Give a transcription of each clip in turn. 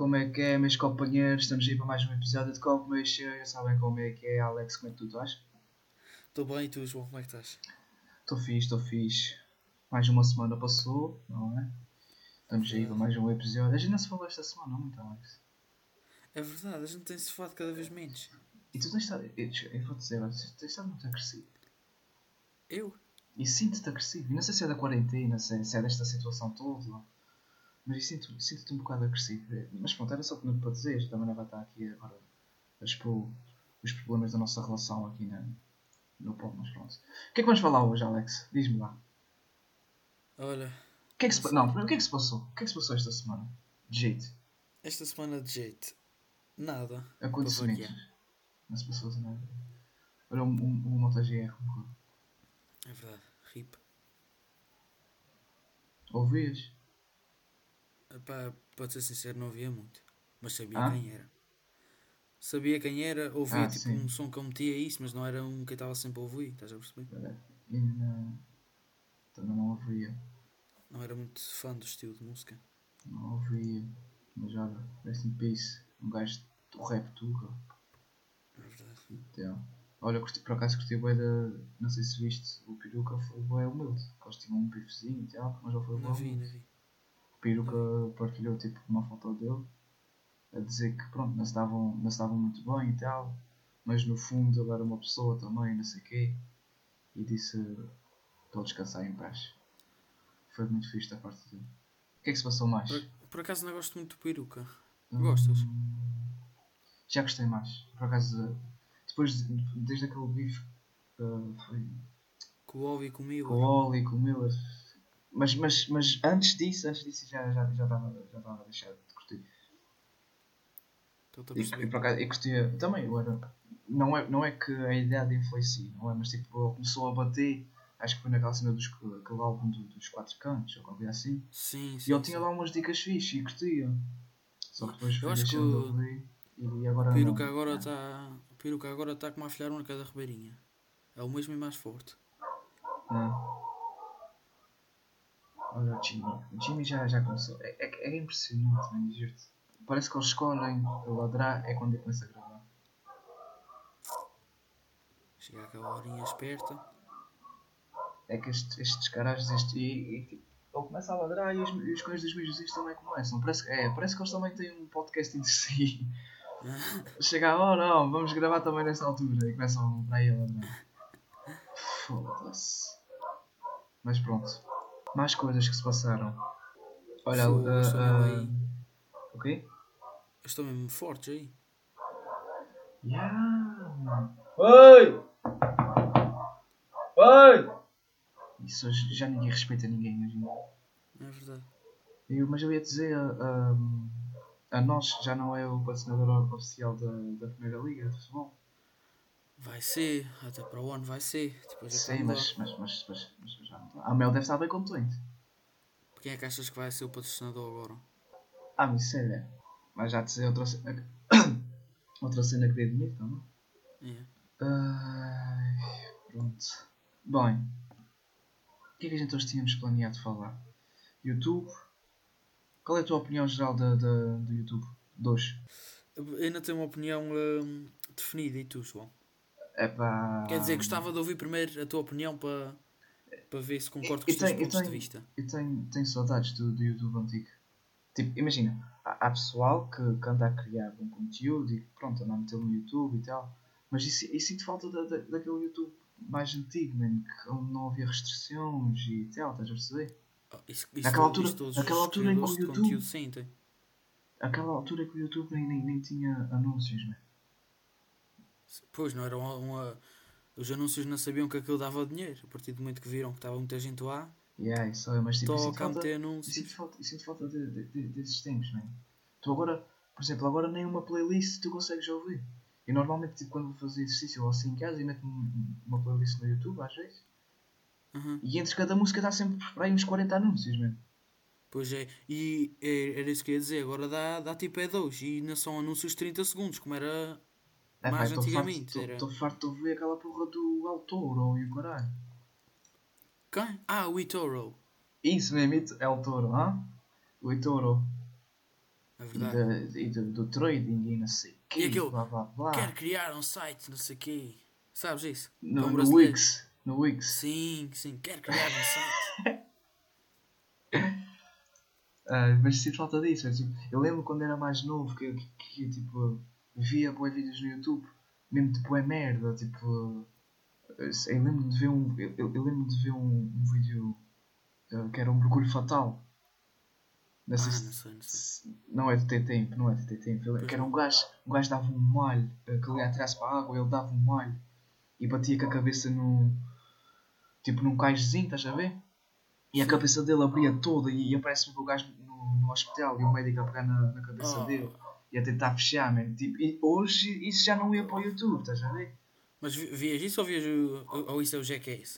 Como é que é, meus companheiros? Estamos aí para mais um episódio de Copo Meio Cheio. Sabem como é que é, Alex? Como é que tu estás? Estou bem, e tu, João, como é que estás? Estou fixe, estou fixe. Mais uma semana passou, não é? É Estamos aí para verdade. mais um episódio. A gente não se falou esta semana, não muito, Alex. É verdade, a gente tem-se falado cada vez menos. E tu tens estado, eu vou dizer, tens estado muito agressivo. Eu? E sinto-te agressivo. E não sei se é da quarentena, se é desta situação toda. Mas eu sinto-te um bocado agressivo. Mas pronto, era só para dizer. Também não vai estar aqui agora a expor os problemas da nossa relação aqui no pop, mas pronto. O que é que vamos falar hoje, Alex? Diz-me lá. Olha, O que é que não se, não, sei. primeiro, o que é que se passou? O que é que se passou esta semana? De jeito. Esta semana de jeito. Nada. Para Acontecimentos. variar. Não se passou assim nada. Olha o Moto GR. É verdade. RIP. Ouvias? Epá, para ser sincero, não havia muito. Mas sabia Ah? quem era. Sabia quem era, ouvia Ah, tipo um sim. som que eu metia isso, mas não era um que eu estava sempre a ouvir, estás a perceber? E não, também não ouvia. Não era muito fã do estilo de música. Não ouvia. Mas olha, rest in peace. Um gajo do rap tuga. É verdade. Então, olha, por acaso curti bué da. Não sei se viste, o Peruca foi bué humilde. Eles tinham um bifezinho e tal, mas ele foi bué Não vi, humilde. não vi. O Peruca Não vi. partilhou tipo uma foto dele a dizer que pronto, não se davam muito bem e tal, mas no fundo ele era uma pessoa também, não sei o quê, e disse para ele descansar em paz. Foi muito fixe da parte dele. O que é que se passou Por, mais? por acaso não gosto muito de peruca. Gostas? Hum, já gostei mais. Por acaso, desde aquele bife foi Com o Ovi e com o com Miller. o Oli, com o Miller. Mas antes disso já estava a deixar de curtir. Estou-te a E perceber. por acaso, eu curtia também, eu era, não é que a idade influencia, não é? Mas tipo, ele começou a bater, acho que foi naquela cena aquele álbum dos Quatro Cantos, ou qualquer coisa assim. Sim, E ele sim, tinha sim. lá umas dicas fixe e curtia. Só que Yeah. depois Eu fui acho que deixando de o ouvir e O agora peruca não. agora Yeah. está. O peruca agora está como a afilhar uma cada ribeirinha. É o mesmo e mais forte. Não. Olha o Jimmy. O Jimmy já começou. É impressionante, man, dizer-te. Parece que eles escolhem ladrar é quando eu começo a gravar. Chega aquela horinha esperta. É que estes caras tipo, ele começa a ladrar e os cães dos meus vizinhos também começam. Parece que eles também têm um podcast entre si. Chega a hora, não, vamos gravar também nesta altura. E começam para aí a ladrar. Foda-se. Mas pronto. Mais coisas que se passaram. Olha, Fogo, eles estão mesmo aí. o quê? Eles estão mesmo fortes aí. Yeah. Oi! Oi! Isso hoje já ninguém respeita ninguém, imagina. Não é verdade. Mas eu ia dizer, a nós já não é o patrocinador oficial da Primeira Liga de Futebol. Vai ser. Até para o ano vai ser. Depois é que vai Sim, mudar. mas já não está. A Mel deve estar bem contente. Quem é que achas que vai ser o patrocinador agora? Mas isso é. Mas já te sei outra cena, outra cena que dê dinheiro também. É. Ai, pronto. Bem, o que é que a gente hoje tínhamos planeado falar? YouTube. Qual é a tua opinião geral do YouTube de hoje? Eu ainda tenho uma opinião definida e tu, João? É pá. Quer dizer, gostava de ouvir primeiro a tua opinião para ver se concordo com Eu os teus tenho, eu pontos de tenho, vista. eu tenho saudades do YouTube antigo. Tipo, imagina, há pessoal que anda a criar um conteúdo e pronto, anda a meter no YouTube e tal. Mas eu sinto falta daquele YouTube mais antigo, mesmo, que onde não havia restrições e tal, estás a perceber? Isso todos Naquela os altura em que o criadores de conteúdo YouTube. sentem. Aquela altura que o YouTube nem tinha anúncios, né? Pois, não era os anúncios não sabiam que aquilo dava dinheiro. A partir do momento que viram que estava muita gente lá, Yeah, isso é, mas tipo, toca a meter anúncios. eu sinto falta desses tempos, man. Tu agora, por exemplo, agora nem uma playlist tu consegues ouvir. E normalmente, tipo, quando vou fazer exercício ou assim em casa, eu meto uma playlist no YouTube, às vezes. Uhum. E entre cada música dá sempre por aí uns 40 anúncios, man. Pois é, e era isso que eu ia dizer. Agora dá tipo é 2 e não são anúncios de 30 segundos, como era É pá, mais antigamente. Era. estou farto de ouvir aquela porra do autor ou e o caralho. Quem? Ah, o eToro. Isso mesmo, é o Toro, hã? O Toro. É E verdade. Do trading e não sei o E quê, aquele, blá blá quero blá. criar um site, não sei o quê. Sabes isso? Que é No, um no brasileiro. Wix. No Wix. Sim, sim, quero criar um site. Mas sinto falta disso. Tipo, eu lembro quando era mais novo que tipo, via bué vídeos no YouTube, mesmo tipo é merda. Tipo, eu lembro de ver eu lembro de ver um vídeo que era um mergulho fatal. Não sei Não sei, não sei. não é de ter tempo, não é de ter tempo. Pois Que era não. um gajo dava um malho, que ele ia atrás para a água, ele dava um malho e batia com a cabeça tipo num caixozinho, estás a ver? E a Sim. cabeça dele abria toda e aparece-me o gajo no hospital e o médico a pegar na cabeça Oh, dele e a tentar fechar, man. Tipo, e hoje isso já não ia para o YouTube, estás a ver? mas vias isso ou vias ou isso é o Jackass?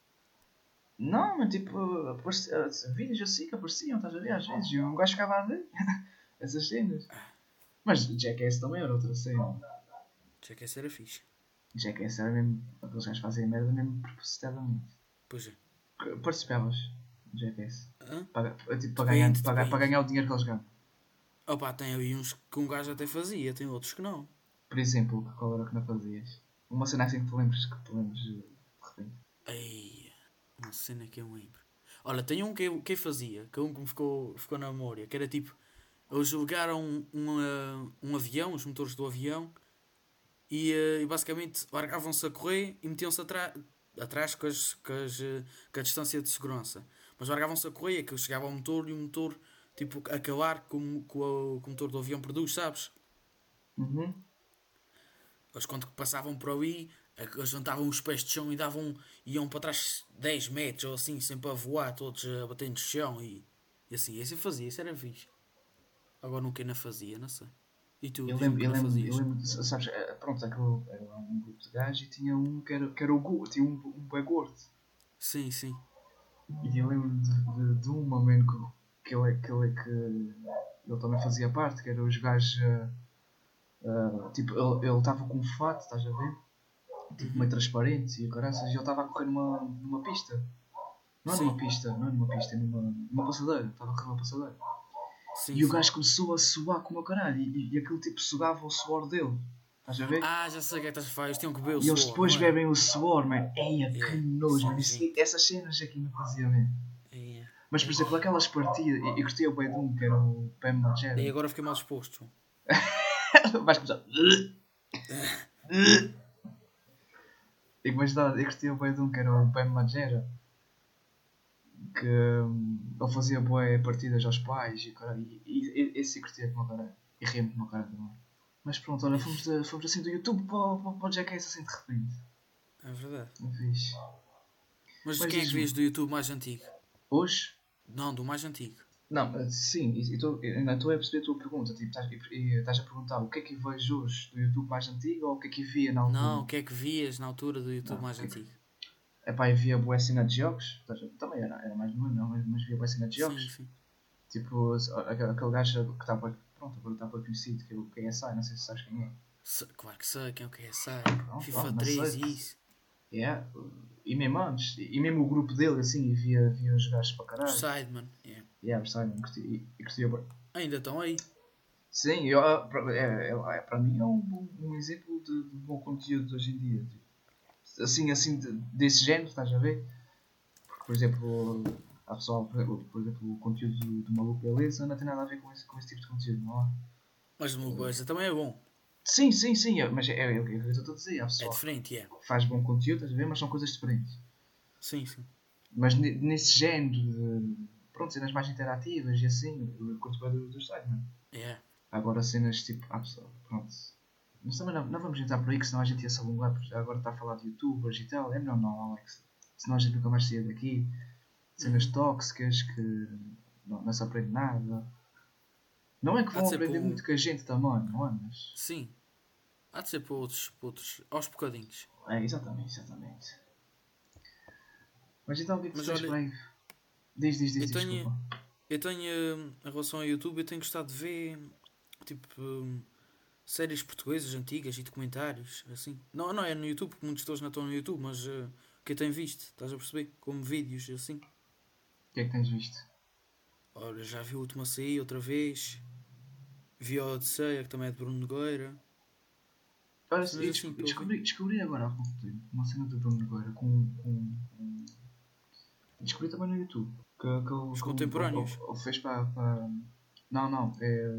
Não, mas tipo, vídeos assim que apareciam, estás a ver? Às vezes, e um gajo ficava a ver essas cenas. Mas Jackass também era outra cena. Jackass era fixe. Jackass era mesmo, aqueles gajos fazem merda mesmo propositadamente. Pois é. Participavas no Jackass? Hã? Tipo, Depende, para depende. ganhar o dinheiro que eles ganham. Opa, tem aí uns que um gajo até fazia, tem outros que não. Por exemplo, qual era que não fazias? Uma cena assim que te lembres de repente. Ei, uma cena que eu me lembro. Olha, tem um que eu fazia, que um que me ficou na memória, que era tipo, eles jogaram um avião, os motores do avião, e basicamente largavam-se a correr e metiam-se atrás com a distância de segurança. Mas largavam-se a correr, que chegava ao motor e o motor, tipo, acabar com o motor do avião produz, sabes? Uhum. Eles quando passavam por ali, eles levantavam os pés de chão e iam para trás 10 metros ou assim, sempre a voar, todos a bater no chão e assim. Esse eu fazia, isso era fixe. Agora nunca ainda fazia, não sei. E tu, diz-me que não fazias. Sabes, pronto, aquele era um grupo de gajos e tinha um que era o gordo, tinha um bué gordo. Sim, sim. E eu lembro de um momento que ele também fazia parte, que era os gajos, tipo, ele estava com um fato, estás a ver? Tipo, Uhum. meio transparente e o caraças, e ele estava a correr numa pista. Não é numa Sim, pista, não é numa pista, é numa passadeira. Estava a correr numa passadeira. sim, E o sim. gajo começou a suar como o caralho. E aquele tipo sugava o suor dele. Estás a ver? Ah, já sei o que é que estás a falar. Eles tinham que beber o E eles suor, depois não era? bebem o suor, man. Eia, que É, nojo, isso é man. nojento. Essas cenas aqui não fazia mesmo. É. Mas, por Ei. exemplo, aquelas partidas. Eu curtia o de um, que era o Pam E Margera. agora fiquei mal disposto, João. Vais começar. E mais nada, eu curtia o de um, que era o Pam Margera. Que ele fazia boé partidas aos pais e caralho. E esse eu curtia como caralho. E ria-me como caralho também. Mas pronto, olha, Ei, fomos assim do YouTube para o Jackass assim de repente. é verdade. Não fiz. Mas Mas quem é que diz-me, vês do YouTube mais antigo? hoje? Não, do mais antigo. Não, sim, ainda estou a perceber a tua pergunta. Tipo, estás a perguntar o que é que eu vejo hoje do YouTube mais antigo ou o que é que eu via na altura? Não, o que é que vias na altura do Não, YouTube o mais que é que. antigo? Epá, eu via boa cena de jogos. Também era mais novo, não, mas via boa cena de Sim, jogos. sim. Tipo, aquele gajo que estava. Pronto, agora está bem conhecido, que é o KSI, não sei se sabes quem é. Claro que sei, quem é o KSI? Pronto, FIFA não sei. 3 e isso. Yeah. E mesmo antes, e mesmo o grupo dele, assim, e via os gajos para O caralho. Sideman. Yeah. Yeah, o Simon, curtia bem. Ainda estão aí. Sim, para mim é um exemplo de bom conteúdo de hoje em dia. Tipo, assim desse género, estás a ver? Porque, por exemplo, há pessoal, por exemplo, o conteúdo do Maluco Beleza não tem nada a ver com esse tipo de conteúdo, não há? Mas uma coisa também é bom. Sim, mas é o que eu estou a dizer. Há É pessoal diferente, é. que faz bom conteúdo, estás a ver? Mas são coisas diferentes. Sim, sim. Mas nesse género de, pronto, cenas mais interativas e assim, eu curto bem do site, não é? É. Agora cenas tipo, pessoal, pronto. Mas também não vamos entrar por aí, que senão a gente ia se alongar, porque agora está a falar de youtubers e tal. É melhor não, Alex. Senão a gente nunca mais saia daqui. Cenas Uhum. tóxicas que não se aprende nada. Não é que Há de vão ser para aprender um. muito com a gente também, não é? Mas. Sim. Há de ser para outros. Aos bocadinhos. É, exatamente. Mas então o que é que tu Mas tens olha, por aí? Diz, eu tenho. desculpa. Eu tenho. Em relação ao YouTube, eu tenho gostado de ver. Tipo. Séries portuguesas antigas e documentários. Assim. Não, não é no YouTube, porque muitos deles não estão no YouTube, mas. Que eu tenho visto. Estás a perceber? Como vídeos assim. O que é que tens visto? Olha, já vi o último a sair outra vez. Vi a Odisseia, que também é de Bruno Nogueira. Olha, Cenas assim, estou a ver. descobri agora há pouco tempo uma cena do Bruno Nogueira descobri também no YouTube Os que contemporâneos. ele fez Não, não,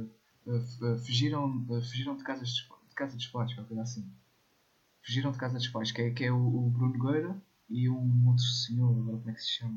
fugiram de casa dos pais, qualquer coisa assim. Fugiram de casa dos pais, que é o Bruno Nogueira e um outro senhor, agora como é que se chama?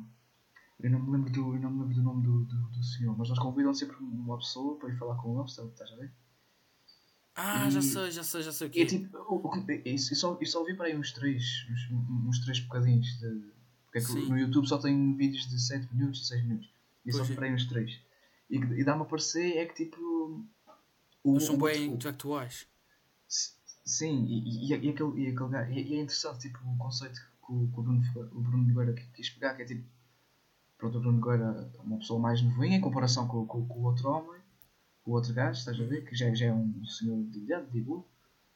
Eu não me lembro do nome do senhor, mas nós convidam sempre uma pessoa para ir falar com ele, sabe? Estás a ver? Ah, E, já sei o e é que é. tipo, eu só vi para aí uns três bocadinhos porque é que Sim, no YouTube só tem vídeos de 7 minutos, de 6 minutos. E eu só pois vi é. para aí uns três. E dá-me a parecer é que tipo. Eles são O bem outro. intelectuais. Sim, aquele gajo. E é interessante tipo, o conceito que o Bruno Nogueira quis pegar, que é tipo. Pronto, o Bruno Nogueira é uma pessoa mais novinha em comparação com o outro homem, com o outro gajo, estás a ver? Uhum. Que já é um senhor de idade, digo.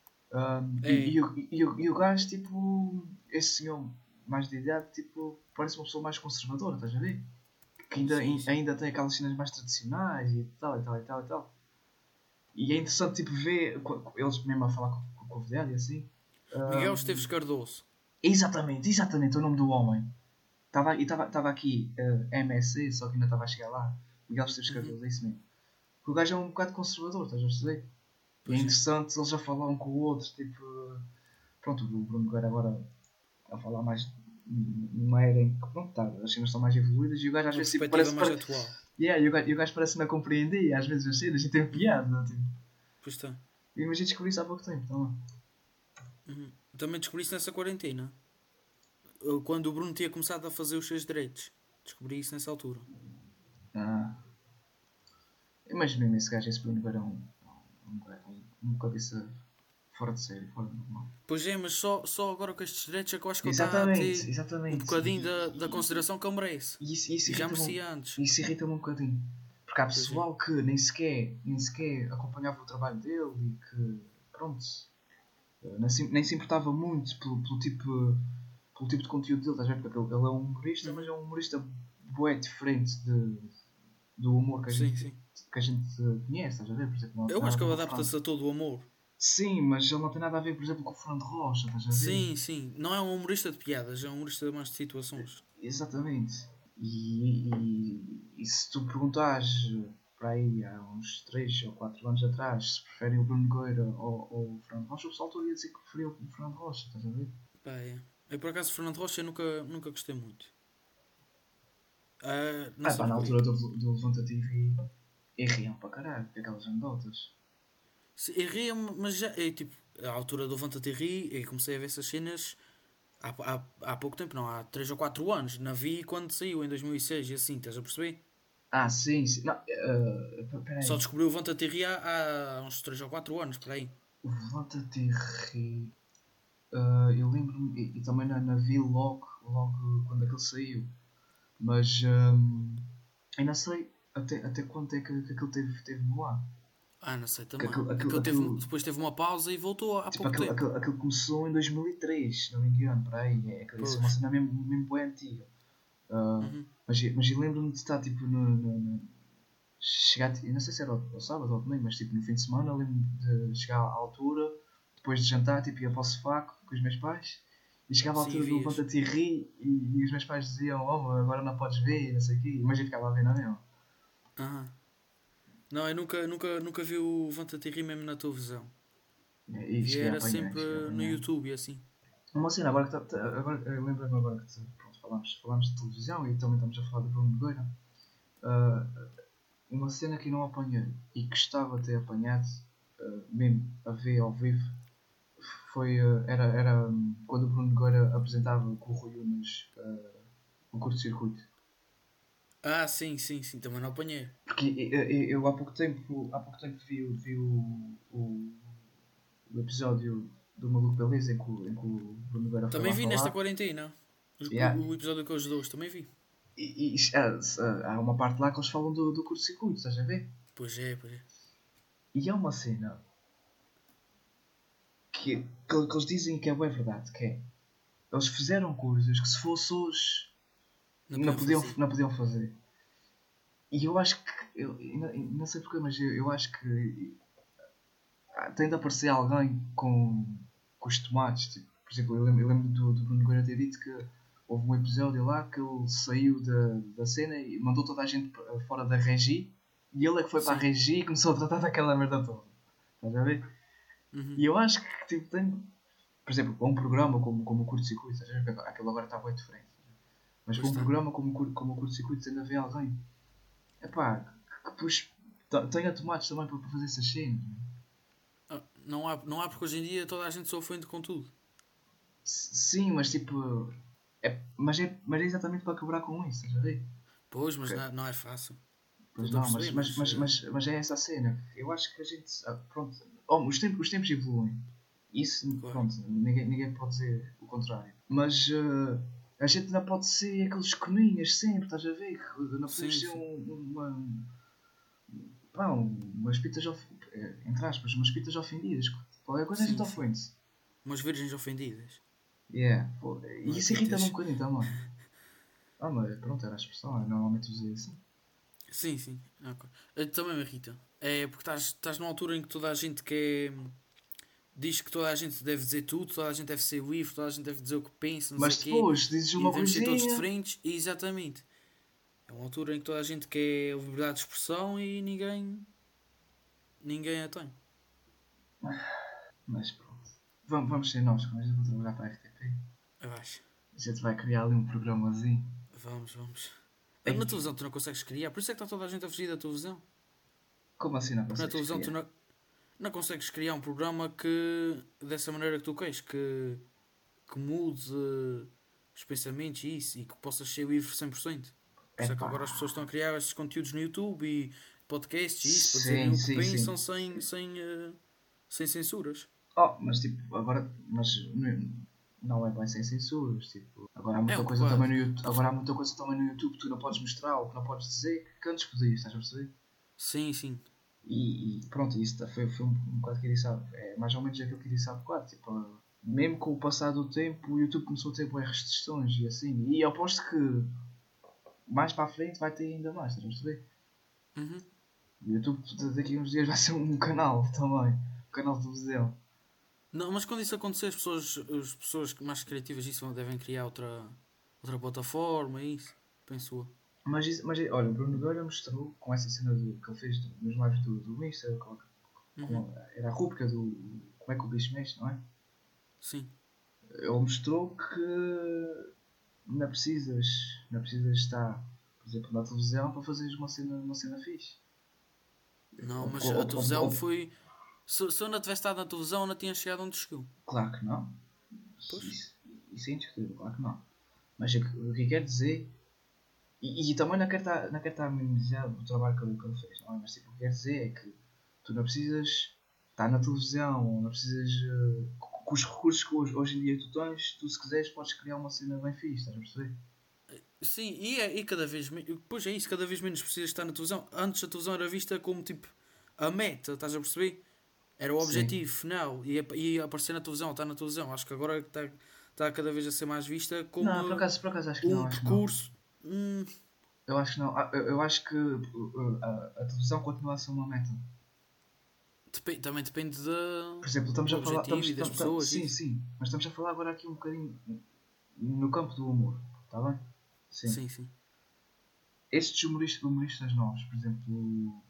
É, E o gajo, tipo, esse senhor mais de idade, tipo, parece uma pessoa mais conservadora, estás a ver? Que sim, sim. ainda tem aquelas cenas mais tradicionais e tal, e tal, e tal, e tal. E é interessante, tipo, ver eles mesmo a falar com o convidado e assim. Miguel Um, Esteves Cardoso. exatamente o nome do homem. Estava aqui MSC, só que ainda estava a chegar lá. Miguel Esteves Uhum. Cardoso, é isso mesmo. Porque o gajo é um bocado conservador, estás a perceber? E é Pois é. interessante eles já falar um com o outro, tipo. Pronto, o Bruno Nogueira agora a falar mais numa era em que pronto, tá, as cenas estão mais evoluídas e o gajo às Uma vezes tipo, perspectiva mais atual. yeah, e o gajo parece não compreender às vezes as cenas e tem Uhum. piada, não, tipo. Pois está. E imagina descobrir isso há pouco tempo, então. Uhum. Também descobri isso nessa quarentena. Quando o Bruno tinha começado a fazer os seus direitos. Descobri isso nessa altura. Ah, mas mesmo esse gajo, esse Bruno Nogueira é um cabeça fora de série, fora de normal. Pois é, mas só agora com estes direitos é que eu acho que ele está a Exatamente, ter um exatamente. bocadinho da consideração que ele merece. Isso E já irrita-me merecia antes. isso irrita-me um bocadinho. Porque há Pois é. pessoal que nem sequer acompanhava o trabalho dele e que, pronto, nem se importava muito pelo tipo de conteúdo dele, estás a ver? Porque ele é um humorista, mas Uhum. é um humorista bué diferente do humor Sim, sim. que a gente conhece, estás a ver? Por exemplo, não tem Eu nada acho a que ver ele com o Fernando. adapta-se a todo o amor. Sim, mas ele não tem nada a ver, por exemplo, com o Fernando Rocha, estás a ver? Sim, sim. Não é um humorista de piadas, é um humorista mais de situações. Exatamente. E se tu perguntares para aí há uns 3 ou 4 anos atrás se preferem o Bruno Nogueira ou o Fernando Rocha, o pessoal todo ia dizer que preferia o Fernando Rocha, estás a ver? Pá, é. Eu por acaso Fernando Rocha eu nunca gostei muito. Ah, não Ah, sei pá, na porquê. altura do Levanta TV e riam para caralho, com aquelas anedotas. Eu ria-me, mas já. É, tipo, à altura do Levanta-te e ri, eu comecei a ver essas cenas há pouco tempo, não, há 3 ou 4 anos. Não vi quando saiu, em 2006 e assim, estás a perceber? Ah, sim, sim. Não, Só peraí. descobri o Levanta-te e ri há uns 3 ou 4 anos, por aí. O Levanta TV. Eu lembro-me, e também na vi logo quando aquele saiu. Mas eu não sei até quanto é que aquilo teve no ar. Ah, não sei Que também. Aquilo depois teve uma pausa e voltou há tipo, pouco tempo. aquilo começou em 2003, se não me engano, por aí. Isso é uma Pois. cena mesmo bem antiga. Ah, Uhum. mas eu lembro-me de estar tipo chegar, eu não sei se era ao sábado ou ao domingo, mas tipo no fim de semana eu lembro-me de chegar à altura, depois de jantar, tipo ia para o sofá com os meus pais e chegava à Sim, altura do vias. levanta-te e ri e os meus pais diziam, oh, agora não podes ver, não sei o quê, mas eu ficava a ver na mesma. Aham. Não, eu nunca vi o Levanta-te e ri mesmo na televisão. E Vi era cheguei a sempre no apanhar. YouTube e assim. Uma cena, agora que agora, eu lembro-me agora que pronto, falámos de televisão e também estamos a falar do Bruno Nogueira. Ah, uma cena que eu não apanhei e que gostava de ter apanhado, mesmo a ver ao vivo, era quando o Bruno Nogueira apresentava com o Rui Unas o curto-circuito. Ah, sim, sim, sim, também não apanhei. Porque eu há pouco tempo o episódio do Maluco Beleza em que o Bruno Nogueira foi Também lá vi nesta falar. quarentena. Yeah. O episódio com os dois, também vi. Há uma parte lá que eles falam do curto-circuito, estás a ver? Pois é, pois é. E há uma cena que eles dizem que é bem verdade, que é eles fizeram coisas que se fosse hoje Não não podiam podiam, fazer. não podiam fazer. E eu acho que, não sei porquê, mas eu acho que tem de aparecer alguém com os tomates. Tipo, por exemplo, eu lembro do Bruno Nogueira ter dito que houve um episódio lá que ele saiu da cena e mandou toda a gente fora da regi, e ele é que foi para a Sim. regi e começou a tratar daquela merda toda. Estás a ver? Uhum. E eu acho que tipo, tem, por exemplo, para um programa como o Curto-Circuito, estás a ver? Aquilo agora está bem diferente. Mas Pois para um está. programa como o Curto-Circuito tem de haver alguém. Epá, que depois tenha tomates também para fazer essas cenas. Não há porque hoje em dia toda a gente se ofende com tudo. Sim, mas tipo. Mas é exatamente para quebrar com isso, estás a ver? Pois, mas Porque, não é fácil. pois Estou a não, perceber, mas. mas é essa a cena. Eu acho que a gente. Pronto. Os tempos evoluem. Isso, Claro. pronto, ninguém pode dizer o contrário. Mas a gente ainda pode ser aqueles coninhas sempre, estás a ver? Que não podemos Sim, ser sim. umas pitas, entre aspas, umas pitas ofendidas. Qualquer coisa a gente Sim, sim. ofende-se. Umas virgens ofendidas. Yeah, pô, Não e é isso irrita-me um pitas? bocadinho também. Mas pronto, era a expressão, eu normalmente usei assim. Sim, sim. Ok. Também me irrita. É porque estás numa altura em que toda a gente quer. Diz que toda a gente deve dizer tudo, toda a gente deve ser livre, toda a gente deve dizer o que pensa, não sei Mas o quê. depois dizes E uma devemos ser todos coisinha. diferentes. E exatamente. É uma altura em que toda a gente quer liberdade de expressão e ninguém a tem. Mas pronto. Vamos ser nós, quando a gente for trabalhar para a RTP. Eu acho. A gente vai criar ali um programazinho. Vamos. Em Na que. televisão tu não consegues criar, por isso é que está toda a gente a fugir da televisão. Como assim não Porque na consegues televisão tu criar? não consegues criar um programa que dessa maneira que tu queres, que mude os pensamentos e isso, e que possas ser livre 100%. Por isso é que Epá. agora as pessoas estão a criar estes conteúdos no YouTube e podcasts e isso, para dizerem Sim, o que sim, pensam sim. sem censuras. Mas tipo, agora. Mas não é bem sem censuras. Tipo, agora há É muita um coisa também bocado. no YouTube. Agora há muita coisa também no YouTube que tu não podes mostrar ou que não podes dizer que antes podias, estás a perceber? Sim, sim. E pronto, isso foi um bocado que eu disse. É mais ou menos aquilo que eu disse há bocado. Tipo, mesmo com o passar do tempo, o YouTube começou a ter boas restrições e assim. E eu aposto que mais para a frente vai ter ainda mais, estás a perceber? Uhum. O YouTube daqui a uns dias vai ser um canal também. Um canal de televisão. Não, mas quando isso acontecer, as pessoas mais criativas isso devem criar outra plataforma, isso, penso eu. Olha, o Bruno Nogueira mostrou com essa cena que ele fez nos lives do Insta, Uhum. era a rúbrica do Como é que o bicho mexe, não é? Sim. Ele mostrou que não precisas estar, por exemplo, na televisão para fazeres uma cena fixe. Não, Ou- mas a ou- ou- televisão ou- foi. Se eu não tivesse estado na televisão, eu não tinha chegado onde chegou. claro que não. Pois? Isso é indiscutível, claro que não. Mas o que quer dizer. E também não quero estar a minimizar o trabalho que ele fez, não é? Mas tipo, o que quer dizer é que tu não precisas estar na televisão, ou não precisas. Com os recursos que hoje em dia tu tens, tu se quiseres podes criar uma cena bem fixe, estás a perceber? Sim, e cada vez menos. Pois é isso, cada vez menos precisas estar na televisão. Antes a televisão era vista como tipo a meta, estás a perceber? Era o Sim. objetivo final. E aparecer na televisão, estar na televisão. Acho que agora está cada vez a ser mais vista Não, por como acaso, por acaso acho que não, um acho que não. percurso. hum, Eu acho que não. Eu acho que a televisão continua a ser uma meta. também depende Por exemplo, estamos do a falar. objetivo e das pessoas. Sim, Isso. sim. Mas estamos a falar agora aqui um bocadinho no campo do humor. Está bem? Sim. Sim, sim. Estes humoristas novos, por exemplo,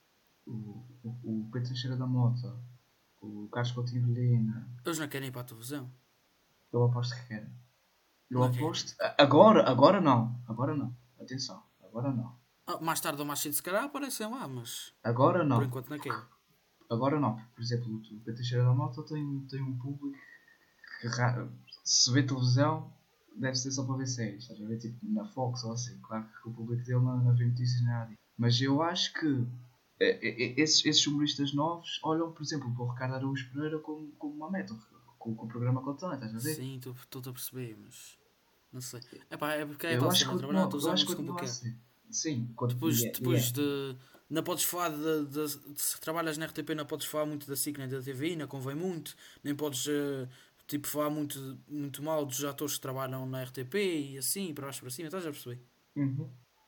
o Pedro Teixeira da Mota, o Carlos Coutinho Vilhena, Eles não querem ir para a televisão. eu aposto que querem. Eu Não querem. aposto. Agora não. Agora não. Atenção. Agora não. Mais tarde ou mais cedo, se calhar, aparecem lá, mas Agora por não. enquanto não querem. Agora não. Por exemplo, o Pedro Teixeira da Mota tem um público que se vê televisão deve ser só para ver séries. Estás a ver? Tipo na Fox ou assim. Claro que o público dele não vê notícias nada disso. Mas eu acho que esses humoristas novos olham, por exemplo, para o Ricardo Araújo Pereira como uma meta. Com o programa que ele tem, estás a ver? Sim, estou a perceber, mas não sei. Epá, é porque é Eu tal acho que cena, trabalhar na continua, eu televisão é acho que muito continua a complicado. ser. Sim, Depois, yeah. depois de. Não podes falar se trabalhas na RTP, não podes falar muito da SIC nem da TVI, não convém muito, nem podes tipo, falar muito mal dos atores que trabalham na RTP e assim, para baixo para cima, estás a perceber? Uhum.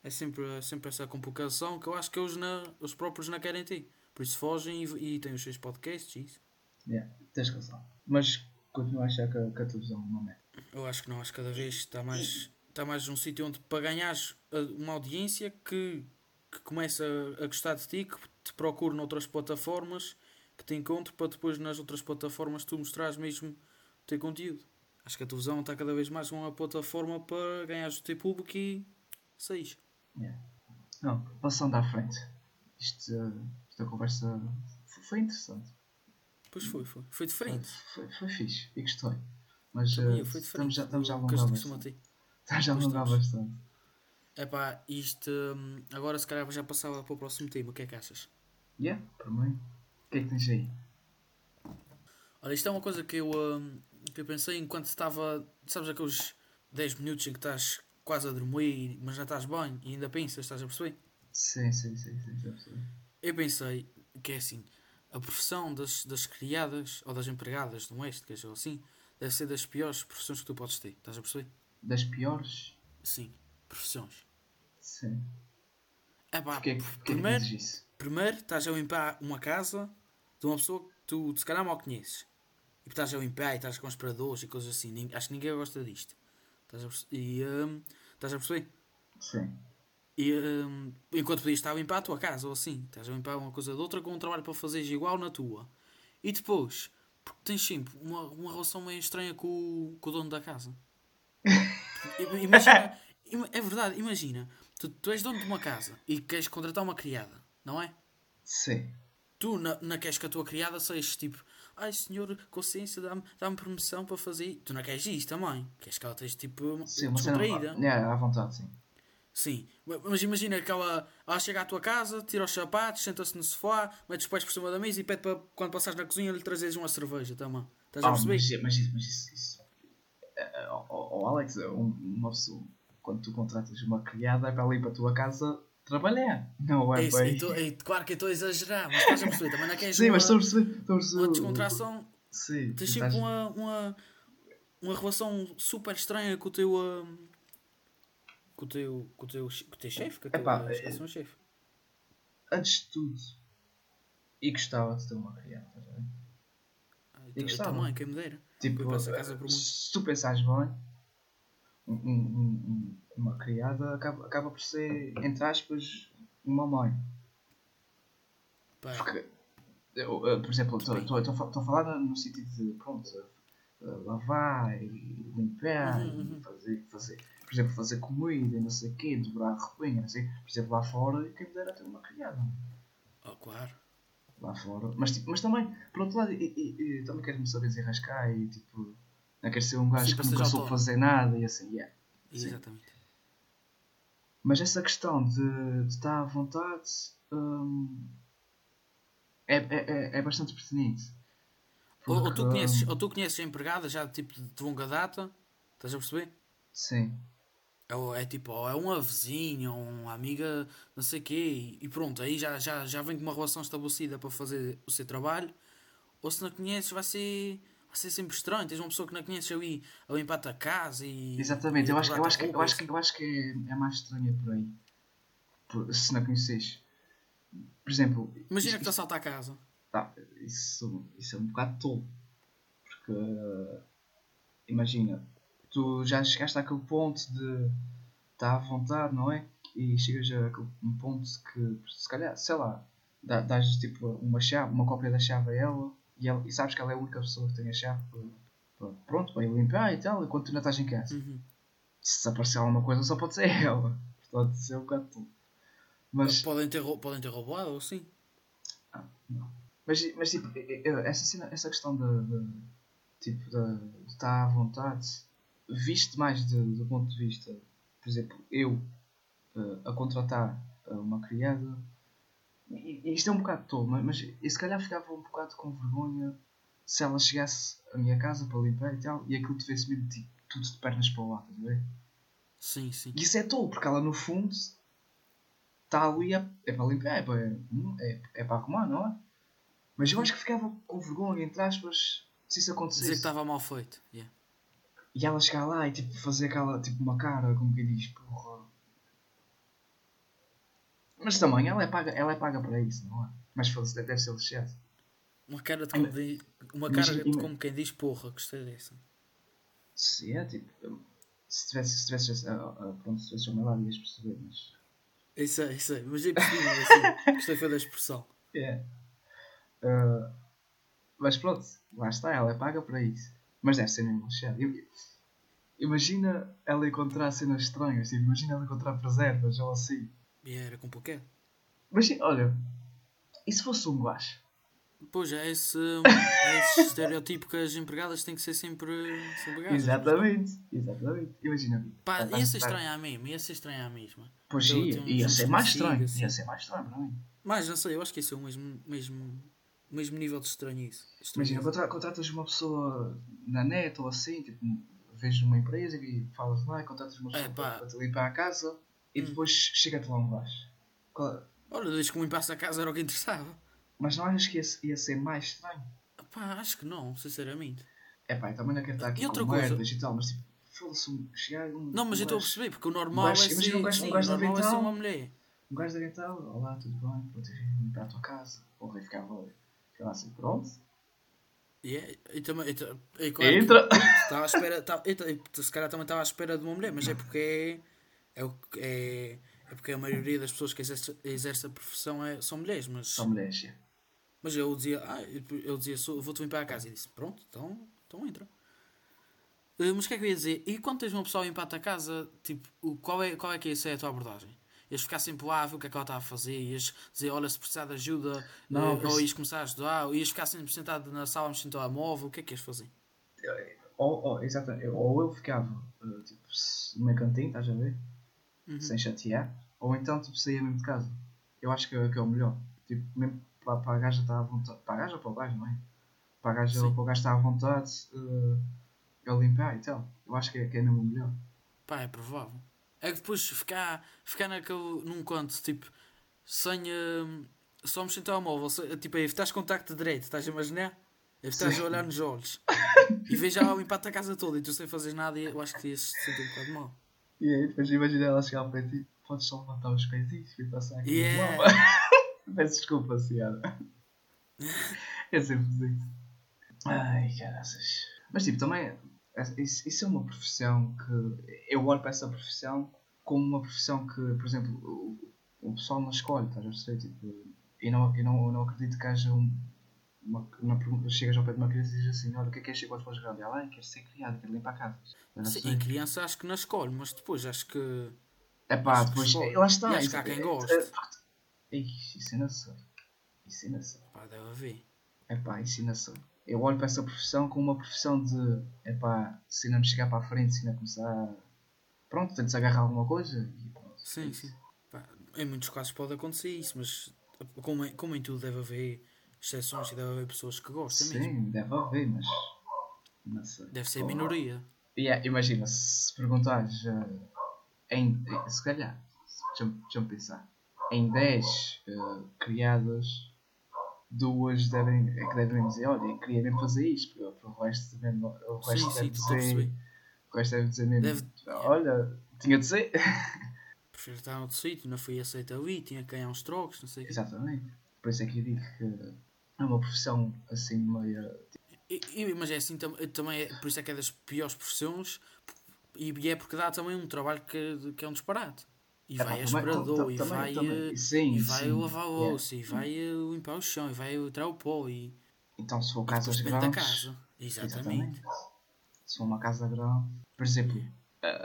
É sempre essa complicação que eu acho que os próprios não querem ter. Por isso fogem e têm os seus podcasts e isso. Yeah, tens razão. Mas continuo a achar que a televisão não é. Eu acho que não, acho que cada vez está mais num sítio onde para ganhares uma audiência que começa a gostar de ti, que te procure noutras plataformas, que te encontre para depois nas outras plataformas tu mostrares mesmo o teu conteúdo. Acho que a televisão está cada vez mais uma plataforma para ganhares o teu público e saís. Yeah. Não, passando à frente. Esta conversa foi interessante. Pois foi. Foi diferente. Foi fixe e gostei. Mas Também foi diferente. estamos já a O que a alongar gente costuma bastante. ter. Estamos a alongar bastante. Epá, isto agora se calhar já passava para o próximo tema. O que é que achas? Yeah, para mim. O que é que tens aí? Olha, isto é uma coisa que eu pensei enquanto estava. Sabes aqueles 10 minutos em que estás quase a dormir, mas já estás bem e ainda pensas, estás a perceber? Sim, já percebi. Eu pensei que é assim: a profissão das criadas ou das empregadas domésticas ou assim deve ser das piores profissões que tu podes ter, estás a perceber? Das piores? Sim, profissões. Sim. É pá, Porquê que dizes isso? primeiro estás a limpar uma casa de uma pessoa que tu se calhar mal conheces. E estás a limpar e estás com aspiradores e coisas assim. Acho que ninguém gosta disto. Estás a perceber? Sim. E enquanto podias estar a limpar a tua casa ou assim. Estás a limpar uma coisa de outra com um trabalho para fazeres igual na tua. E depois, porque tens sempre uma relação meio estranha com o dono da casa. Imagina, é verdade, imagina. Tu és dono de uma casa e queres contratar uma criada, não é? Sim. Tu não queres que a tua criada seja tipo, ai senhor, com licença, dá-me permissão para fazer. Tu não queres isso também. Queres que ela esteja tipo Sim, uma cena. descontraída. À vontade, sim. Sim, mas imagina que ela chega à tua casa, tira os sapatos, senta-se no sofá, mete os pés por cima da mesa e pede para quando passares na cozinha lhe trazeres uma cerveja também. Estás a perceber? Mas isso. Alex, uma pessoa, quando tu contratas uma criada é para ali para a tua casa trabalhar. Não é Isso, bem. claro que eu estou a exagerar, mas estás a perceber? Também não queres Sim, mas estou a perceber. uma descontração. Sim, Tens sempre uma relação super estranha com o teu. Com o teu chefe, com a Epá, tua chefe. antes de tudo, e gostava de ter uma criada, estás a ver? E Eu gostava. também, quem me dera. Tipo, Foi para essa casa por muito. se tu pensares bem, uma criada acaba por ser, entre aspas, uma mãe. Pá, Porque, por exemplo, estou a falar no sentido de, pronto, lavar e limpar e fazer, por exemplo, fazer comida e não sei o quê, dobrar a roupinha, não sei. Por exemplo, lá fora, quem me dera ter uma criada. oh, claro. Lá fora. Mas também, por outro lado, também quero-me saber desenrascar e tipo, não quero ser um gajo Sim, que para nunca seja soube autónomo. fazer nada e assim, yeah. Sim. Exatamente. Mas essa questão de estar à vontade é bastante pertinente. Ou Porque, tu conheces a empregada já tipo de longa data, estás a perceber? sim, Ou é tipo, ou é uma vizinha, ou uma amiga, não sei o quê, e pronto, aí já vem com uma relação estabelecida para fazer o seu trabalho. Ou se não conheces, vai ser sempre estranho. Tens uma pessoa que não conheces ali a limpar-te a casa e exatamente. a Eu acho, eu dobrar-te a acho, que, eu roupa. acho, que, eu acho que é mais estranho por aí. Se não conheces. Por exemplo, Imagina que te assalta a casa. isso é um bocado tolo. Porque, imagina, tu já chegaste àquele ponto de estar à vontade, não é? E chegas a um ponto que, se calhar, sei lá, dás tipo uma chave, uma cópia da chave a ela e sabes que ela é a única pessoa que tem a chave para ir limpar e tal, enquanto tu não estás em casa. Uhum. Se aparecer alguma coisa, só pode ser ela. Portanto, isso é um bocado tudo. Mas, Podem ter roubado ou assim. não. Mas tipo, essa questão tipo, de estar à vontade, visto mais do ponto de vista, por exemplo, eu a contratar uma criada, e isto é um bocado tolo, mas eu se calhar ficava um bocado com vergonha se ela chegasse à minha casa para limpar e tal, e aquilo tivesse mesmo tipo, tudo de pernas para o lado, estás a ver? Sim, sim. E isso é tolo, porque ela no fundo está ali, é para limpar, é para arrumar, não é? Mas eu acho que ficava com vergonha, entre aspas, se isso Dizer que acontecesse. estava mal feito. Yeah. E ela chegar lá e tipo, fazer aquela, tipo, uma cara, como quem diz, porra. Mas também ela é paga para isso, não é? Mas foda-se, deve ser lixado. Uma cara de Ima- uma cara Imagina, de como quem diz porra, gostei dessa. se é tipo. Pronto, se tivesse ao meu lado ias perceber, mas. Isso aí, mas eu percebi mesmo assim. Gostei foi da expressão. É. Uh, mas pronto, lá está, ela é paga para isso. Mas deve ser mesmo lixado. Imagina ela encontrar cenas estranhas, tipo, imagina ela encontrar preservas ou assim. E era com pouquinho. Imagina, olha, e se fosse um guache? Pois é esse estereotipo que as empregadas têm que ser sempre gajas, mas não. Exatamente. Imagina, Pá, ia ser vai. estranho à mesma, ia ser estranho à mesma. Pois Ter ia uns ser mais conhecidos estranho. Ia assim. ser mais estranho para mim. Mas não sei, eu acho que esse é o mesmo nível de estranhice. Imagina, Estranheza. contratas uma pessoa na net ou assim, tipo, vês numa empresa e falas lá, contratas uma É pessoa pá. para te limpar a casa e depois chega-te lá um gajo. Olha, desde que me limpasse a casa era o que interessava. Mas não achas que ia ser mais estranho? Pá, acho que não, sinceramente. É pá, eu também não quero estar aqui E com outra coisa. merdas e tal, mas tipo, foda-se, chegar Não, mas um eu estou a gajo. perceber, porque o normal é Imagina ser. um Sim, o gajo da normal é ser uma Avental, mulher. um gajo da Avental, olá, tudo bem, pronto, eu vim para a tua casa. Ou vai ficar assim, pronto. E também. É claro que. Entra! Pronto, estava à espera. Se calhar também estava à espera de uma mulher, mas é porque é porque a maioria das pessoas que exerce a profissão são mulheres, Só mas. mulheres, sim. Mas eu dizia, vou-te limpar a casa. E disse, pronto, então entra. Mas o que é que eu ia dizer? E quando tens uma pessoa a limpar a casa, tipo, qual é que ia ser a tua abordagem? Ias ficar sempre lá a ver o que é que ela está a fazer, ias dizer, olha, se precisar de ajuda, Não, ou ias começar a ajudar, ou ias ficar sempre sentado na sala mexendo o telemóvel, o que é que ias fazer? exatamente, ou eu ficava tipo, no meu cantinho, estás a ver? Uhum. Sem chatear, ou então tipo, saía mesmo de casa. Eu acho que é o melhor. Tipo, mesmo para a gaja estar à vontade. Para a gaja ou para o gajo, não é? Para a gaja ou Sim. para o gajo estar à vontade, eu limpar e tal. Eu acho que é mesmo o melhor. Pá, é provável. É que depois ficar num canto, tipo, sem. Só mexer o telemóvel, tipo, a evitar contacto direito, estás a imaginar? Sim. Evitar a olhar nos olhos. E veja lá o impacto a casa toda e tu sem fazer nada, eu acho que ias se sentir um bocado mal. E aí depois imagina ela chegar ao pé de ti, podes só levantar os peitinhos e passar aqui as mãos. Yeah! Peço desculpa, senhora. É sempre assim. Ai, caraças. Mas tipo, também, isso é uma profissão que eu olho para essa profissão como uma profissão que, por exemplo, o pessoal não escolhe, estás a perceber? Tipo, eu não acredito que haja uma pergunta, chegas ao pé de uma criança e dizes assim, olha, o que é ser quando fores grande? Ela, quero ser criado, quero limpar casas. Estás a Sim, em perceber? criança acho que não escolhe, mas depois Epá, acho que depois, escolhe. lá E está. acho que há quem goste. Isso eu não sei. Isso eu não sei. Pá, deve haver. Epá, isso ainda sei. Eu olho para essa profissão como uma profissão de, epá, se ainda me chegar para a frente, se ainda começar, pronto, tento-se agarrar alguma coisa e pronto, é Sim, isso. sim. Pá, em muitos casos pode acontecer isso, mas como em tudo deve haver exceções e deve haver pessoas que gostem mesmo. Sim, deve haver, mas não sei. Deve ser a minoria. Imagina, se perguntares se calhar, deixa-me pensar, em 10 criadas, duas é que devem dizer, olha, eu queria mesmo fazer isto, porque o Sim, resto sim, deve estou a dizer, perceber. o resto deve dizer mesmo, Deve. Yeah. olha, tinha de ser. Prefiro estar noutro sítio, não fui aceito ali, tinha que ganhar uns trocos, não sei o quê. Exatamente. Por isso é que eu digo que é uma profissão assim meio. Mas é assim, também por isso é que é das piores profissões e é porque dá também um trabalho que é um disparate. E Epá, vai aspirador, também. e Sim, vai sim. lavar a Yeah. louça, e vai limpar o chão, e vai tirar o pó, Então, se for e depois casas depende da grandes. casa. Exatamente. Exatamente. Se for uma casa grande. Por exemplo, Yeah.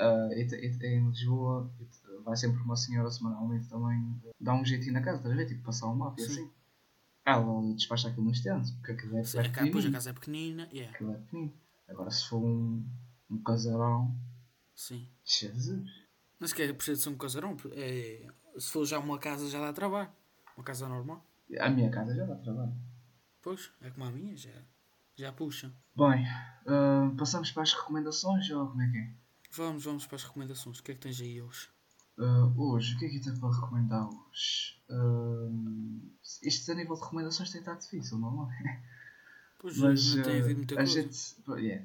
em Lisboa vai sempre uma senhora semanalmente também dá um jeitinho na casa, estás a ver? Tipo, passar um mapa e Sim. assim. Ela despacha aquilo no instante, porque aquilo é Sim, pois a pequenininho. casa é pequenina, yeah. Aquilo é pequenino. Agora, se for um casarão. Sim. Jesus. Não se quer precisa de ser um casarão. Se for já uma casa já dá trabalho. Uma casa normal. A minha casa já dá trabalho. Pois, é como a minha, já puxa. Bem, passamos para as recomendações ou como é que é? Vamos para as recomendações. O que é que tens aí hoje? Hoje, o que é que eu tenho para recomendar hoje? Isto a nível de recomendações tem estado difícil, não é? Pois Mas não tem havido muita a coisa. gente. Yeah.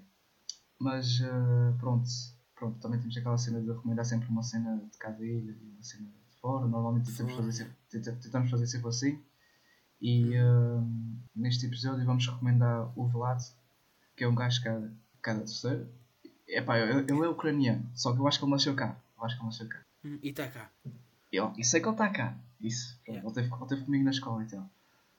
Mas pronto. Pronto, também temos aquela cena de recomendar sempre uma cena de cada ilha e uma cena fora. Normalmente tentamos fazer sempre assim. E neste episódio vamos recomendar o Vlad, que é um gajo cada terceiro. Epá, ele é ucraniano, só que eu acho que ele nasceu cá. E está cá. E sei que ele está cá. Isso, pronto, Yeah. ele teve comigo na escola então.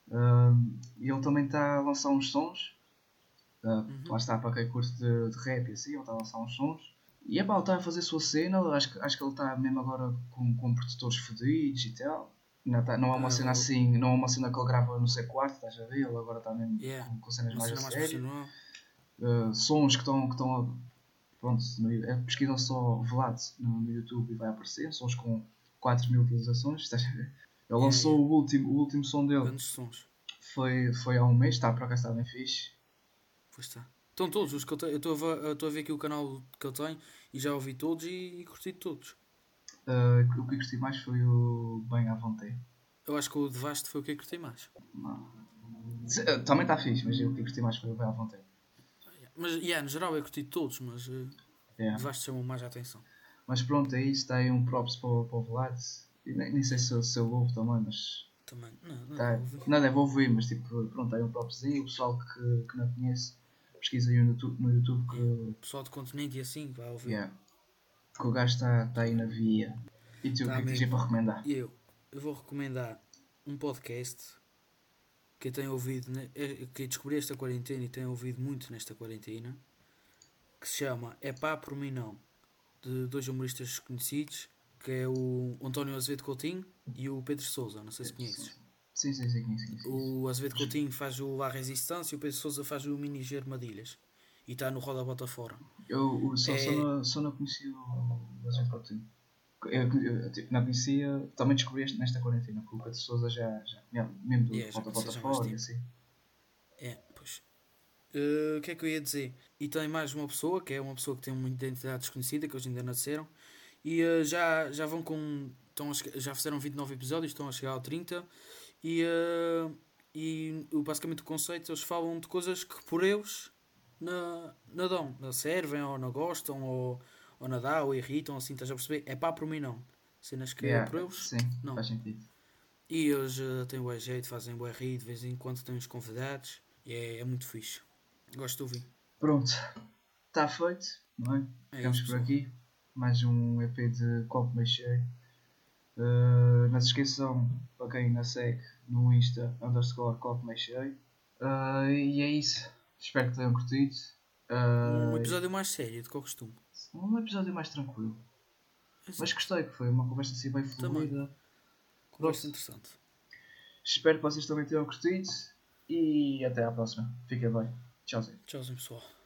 E ele também está a lançar uns sons. Lá está, para quem curte de rap e assim, ele está a lançar uns sons. E epá, ele está a fazer a sua cena. Acho que ele está mesmo agora com produtores fodidos e tal. Não é uma cena assim, não é uma cena que ele grava no seu quarto, estás a ver? Ele agora está mesmo com cenas Uma mais a cena mais sério. profissional. Sons que estão a. Pronto, pesquisam só Vlad no YouTube e vai aparecer. Sons com 4.000 visualizações, estás a ver? Ele lançou o último som dele. Grandes sons. Foi há um mês, está para cá, está bem fixe. Pois está. Estão todos os que eu tenho. Eu estou a ver aqui o canal que ele tem e já ouvi todos e curti de todos. O que eu gostei mais foi o Bem à Vontade. Eu acho que o de Vasto foi o que eu curti mais. Também está fixe, mas o que eu gostei mais foi o Bem à Vontade. Mas, no geral eu curti de todos, mas o de Vasto chamou mais a atenção. Mas pronto, é isso. Está aí um props para o Vlad. Nem sei se eu ouvo também, mas... Também, não. Não deve ouvir, mas tipo, pronto, aí um propzinho. O pessoal que não conhece, pesquisa aí no YouTube que... O pessoal de continente e assim vai ouvir. Que o gajo está aí na via. E tu, o que é que tens para recomendar? Eu vou recomendar um podcast que eu tenho ouvido, que descobri esta quarentena e tenho ouvido muito nesta quarentena, que se chama É Pá Por Mim Não, de dois humoristas conhecidos, que é o António Azevedo Coutinho e o Pedro Sousa, não sei se conheces. Sim, conheço. O Azevedo Coutinho faz o La Resistência e o Pedro Sousa faz o Mini Armadilhas. E está no Roda Bota Fora. Eu só não conhecia o Azevedo Coutinho. Eu não conhecia, também descobri nesta quarentena, porque o Pedro Sousa já mesmo do Roda Bota Fora e assim. Pois. O que é que eu ia dizer? E tem mais uma pessoa, que é uma pessoa que tem uma identidade desconhecida, que hoje ainda nasceram. E já vão com. Já fizeram 29 episódios, estão a chegar ao 30. E basicamente o conceito, eles falam de coisas que por eles não dão, não servem, ou não gostam, ou não dá, ou irritam, assim, estás a perceber? É pá, por mim não. Cenas que por eles, sim, não. Faz sentido. E eles têm bué jeito, fazem bué rir, de vez em quando têm os convidados. E é muito fixe. Gosto de ouvir. Pronto, está feito, não é? Ficamos por aqui. Mais um EP de Copo Meio Cheio. Não se esqueçam, para quem ainda segue, no Insta, _Copo Meio Cheio. E é isso. Espero que tenham curtido. Um episódio mais sério do que eu costumo. Um episódio mais tranquilo. Mas gostei, que foi uma conversa assim bem fluida. Conversa interessante. Espero que vocês também tenham curtido. E até à próxima. Fiquem bem. Tchauzinho. Tchauzinho, pessoal.